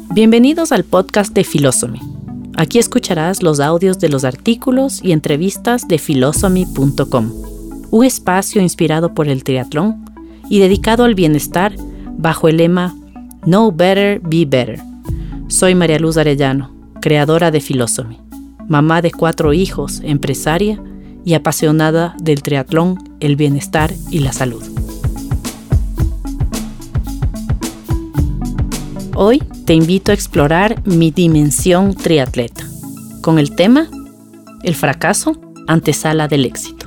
Bienvenidos al podcast de Philosophy. Aquí escucharás los audios de los artículos y entrevistas de philosophy.com, un espacio inspirado por el triatlón y dedicado al bienestar bajo el lema Know Better, Be Better. Soy María Luz Arellano, creadora de Philosophy, mamá de 4 hijos, empresaria y apasionada del triatlón, el bienestar y la salud. Hoy te invito a explorar mi dimensión triatleta, con el tema El fracaso, antesala del éxito.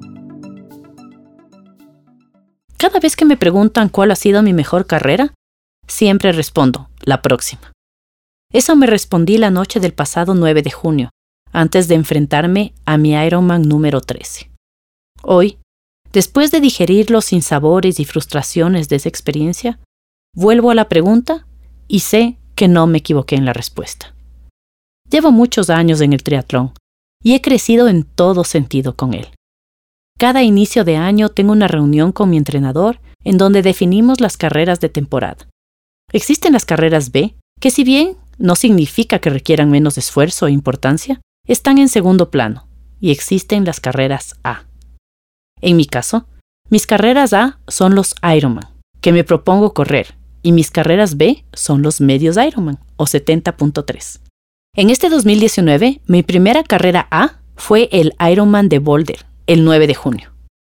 Cada vez que me preguntan cuál ha sido mi mejor carrera, siempre respondo, la próxima. Eso me respondí la noche del pasado 9 de junio, antes de enfrentarme a mi Ironman número 13. Hoy, después de digerir los sinsabores y frustraciones de esa experiencia, vuelvo a la pregunta y sé que no me equivoqué en la respuesta. Llevo muchos años en el triatlón y he crecido en todo sentido con él. Cada inicio de año tengo una reunión con mi entrenador en donde definimos las carreras de temporada. Existen las carreras B, que si bien no significa que requieran menos esfuerzo e importancia, están en segundo plano, y existen las carreras A. En mi caso, mis carreras A son los Ironman, que me propongo correr, y mis carreras B son los medios Ironman, o 70.3. En este 2019, mi primera carrera A fue el Ironman de Boulder, el 9 de junio.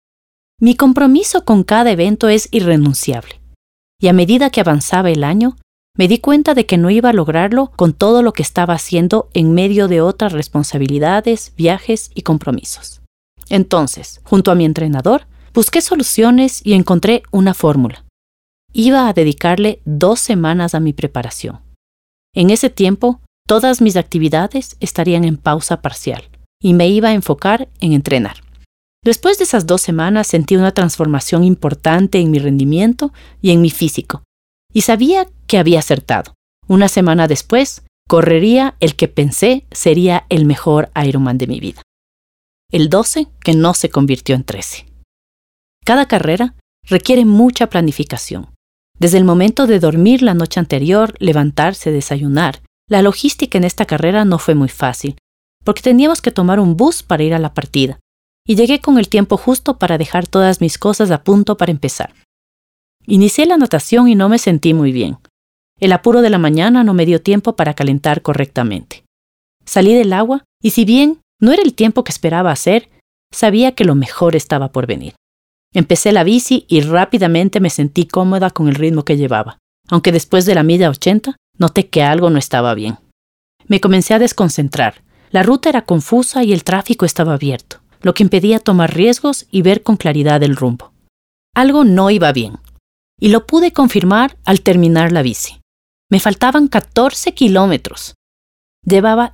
Mi compromiso con cada evento es irrenunciable, y a medida que avanzaba el año, me di cuenta de que no iba a lograrlo con todo lo que estaba haciendo en medio de otras responsabilidades, viajes y compromisos. Entonces, junto a mi entrenador, busqué soluciones y encontré una fórmula. Iba a dedicarle 2 semanas a mi preparación. En ese tiempo, todas mis actividades estarían en pausa parcial y me iba a enfocar en entrenar. Después de esas 2 semanas sentí una transformación importante en mi rendimiento y en mi físico, y sabía que había acertado. Una semana después, correría el que pensé sería el mejor Ironman de mi vida. El 12 que no se convirtió en 13. Cada carrera requiere mucha planificación. Desde el momento de dormir la noche anterior, levantarse, desayunar, la logística en esta carrera no fue muy fácil, porque teníamos que tomar un bus para ir a la partida, y llegué con el tiempo justo para dejar todas mis cosas a punto para empezar. Inicié la natación y no me sentí muy bien. El apuro de la mañana no me dio tiempo para calentar correctamente. Salí del agua y si bien no era el tiempo que esperaba hacer, sabía que lo mejor estaba por venir. Empecé la bici y rápidamente me sentí cómoda con el ritmo que llevaba, aunque después de la milla 80 noté que algo no estaba bien. Me comencé a desconcentrar. La ruta era confusa y el tráfico estaba abierto, lo que impedía tomar riesgos y ver con claridad el rumbo. Algo no iba bien, y lo pude confirmar al terminar la bici. Me faltaban 14 kilómetros. Llevaba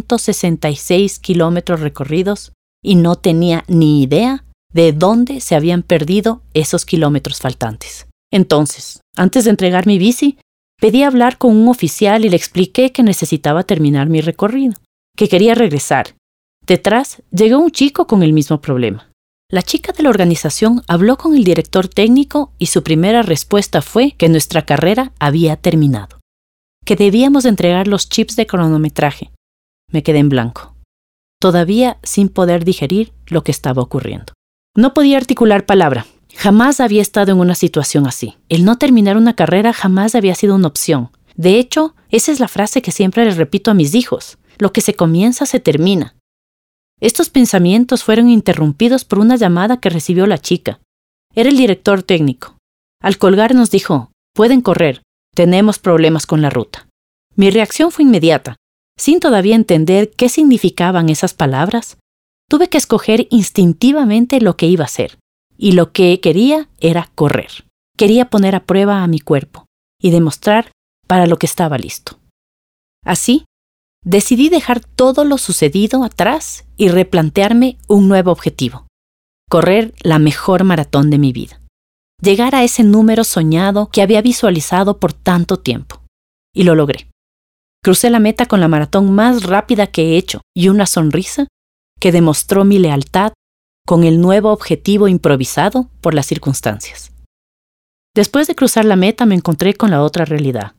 166 kilómetros recorridos y no tenía ni idea de dónde se habían perdido esos kilómetros faltantes. Entonces, antes de entregar mi bici, pedí hablar con un oficial y le expliqué que necesitaba terminar mi recorrido, que quería regresar. Detrás llegó un chico con el mismo problema. La chica de la organización habló con el director técnico y su primera respuesta fue que nuestra carrera había terminado, que debíamos entregar los chips de cronometraje. Me quedé en blanco, todavía sin poder digerir lo que estaba ocurriendo. No podía articular palabra. Jamás había estado en una situación así. El no terminar una carrera jamás había sido una opción. De hecho, esa es la frase que siempre les repito a mis hijos. Lo que se comienza se termina. Estos pensamientos fueron interrumpidos por una llamada que recibió la chica. Era el director técnico. Al colgar nos dijo, pueden correr, tenemos problemas con la ruta. Mi reacción fue inmediata. Sin todavía entender qué significaban esas palabras, tuve que escoger instintivamente lo que iba a hacer. Y lo que quería era correr. Quería poner a prueba a mi cuerpo y demostrar para lo que estaba listo. Así, decidí dejar todo lo sucedido atrás y replantearme un nuevo objetivo. Correr la mejor maratón de mi vida. Llegar a ese número soñado que había visualizado por tanto tiempo. Y lo logré. Crucé la meta con la maratón más rápida que he hecho y una sonrisa que demostró mi lealtad con el nuevo objetivo improvisado por las circunstancias. Después de cruzar la meta me encontré con la otra realidad.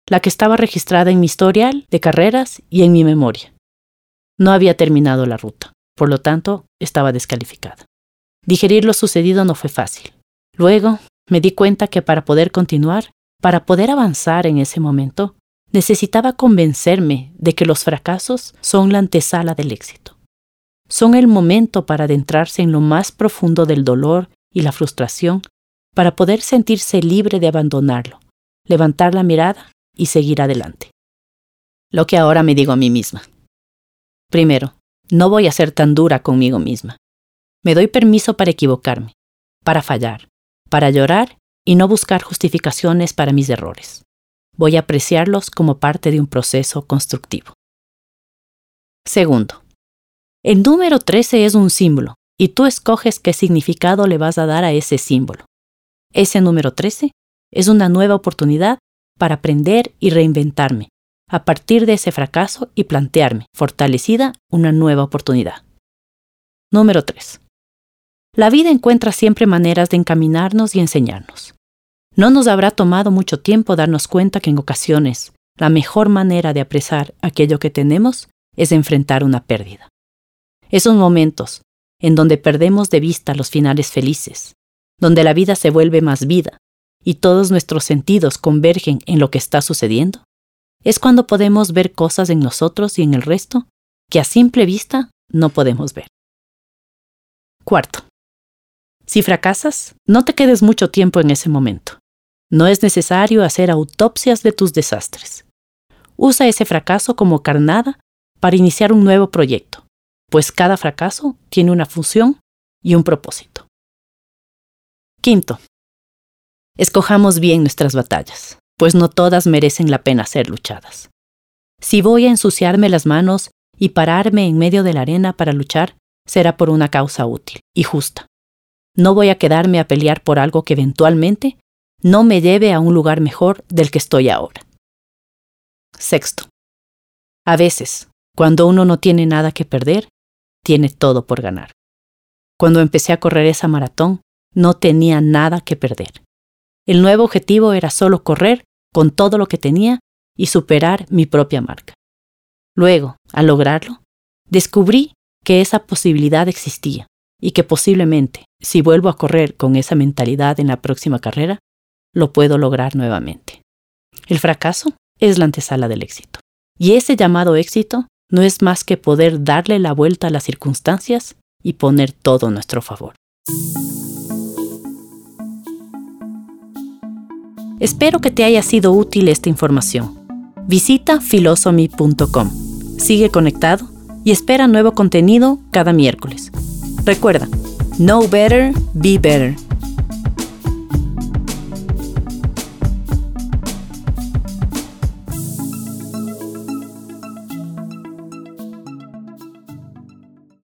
la que estaba registrada en mi historial de carreras y en mi memoria. No había terminado la ruta, por lo tanto, estaba descalificada. Digerir lo sucedido no fue fácil. Luego, me di cuenta que para poder continuar, para poder avanzar en ese momento, necesitaba convencerme de que los fracasos son la antesala del éxito. Son el momento para adentrarse en lo más profundo del dolor y la frustración, para poder sentirse libre de abandonarlo, levantar la mirada y seguir adelante. Lo que ahora me digo a mí misma. Primero, no voy a ser tan dura conmigo misma. Me doy permiso para equivocarme, para fallar, para llorar y no buscar justificaciones para mis errores. Voy a apreciarlos como parte de un proceso constructivo. Segundo, el número 13 es un símbolo y tú escoges qué significado le vas a dar a ese símbolo. Ese número 13 es una nueva oportunidad para aprender y reinventarme a partir de ese fracaso y plantearme, fortalecida, una nueva oportunidad. Número 3. La vida encuentra siempre maneras de encaminarnos y enseñarnos. No nos habrá tomado mucho tiempo darnos cuenta que en ocasiones la mejor manera de apreciar aquello que tenemos es enfrentar una pérdida. Esos momentos en donde perdemos de vista los finales felices, donde la vida se vuelve más vida y todos nuestros sentidos convergen en lo que está sucediendo, es cuando podemos ver cosas en nosotros y en el resto que a simple vista no podemos ver. Cuarto, si fracasas, no te quedes mucho tiempo en ese momento. No es necesario hacer autopsias de tus desastres. Usa ese fracaso como carnada para iniciar un nuevo proyecto, pues cada fracaso tiene una función y un propósito. Quinto, escojamos bien nuestras batallas, pues no todas merecen la pena ser luchadas. Si voy a ensuciarme las manos y pararme en medio de la arena para luchar, será por una causa útil y justa. No voy a quedarme a pelear por algo que eventualmente no me lleve a un lugar mejor del que estoy ahora. Sexto, a veces, cuando uno no tiene nada que perder, tiene todo por ganar. Cuando empecé a correr esa maratón, no tenía nada que perder. El nuevo objetivo era solo correr con todo lo que tenía y superar mi propia marca. Luego, al lograrlo, descubrí que esa posibilidad existía y que posiblemente, si vuelvo a correr con esa mentalidad en la próxima carrera, lo puedo lograr nuevamente. El fracaso es la antesala del éxito. Y ese llamado éxito no es más que poder darle la vuelta a las circunstancias y poner todo a nuestro favor. Espero que te haya sido útil esta información. Visita philosophy.com. Sigue conectado y espera nuevo contenido cada miércoles. Recuerda, know better, be better.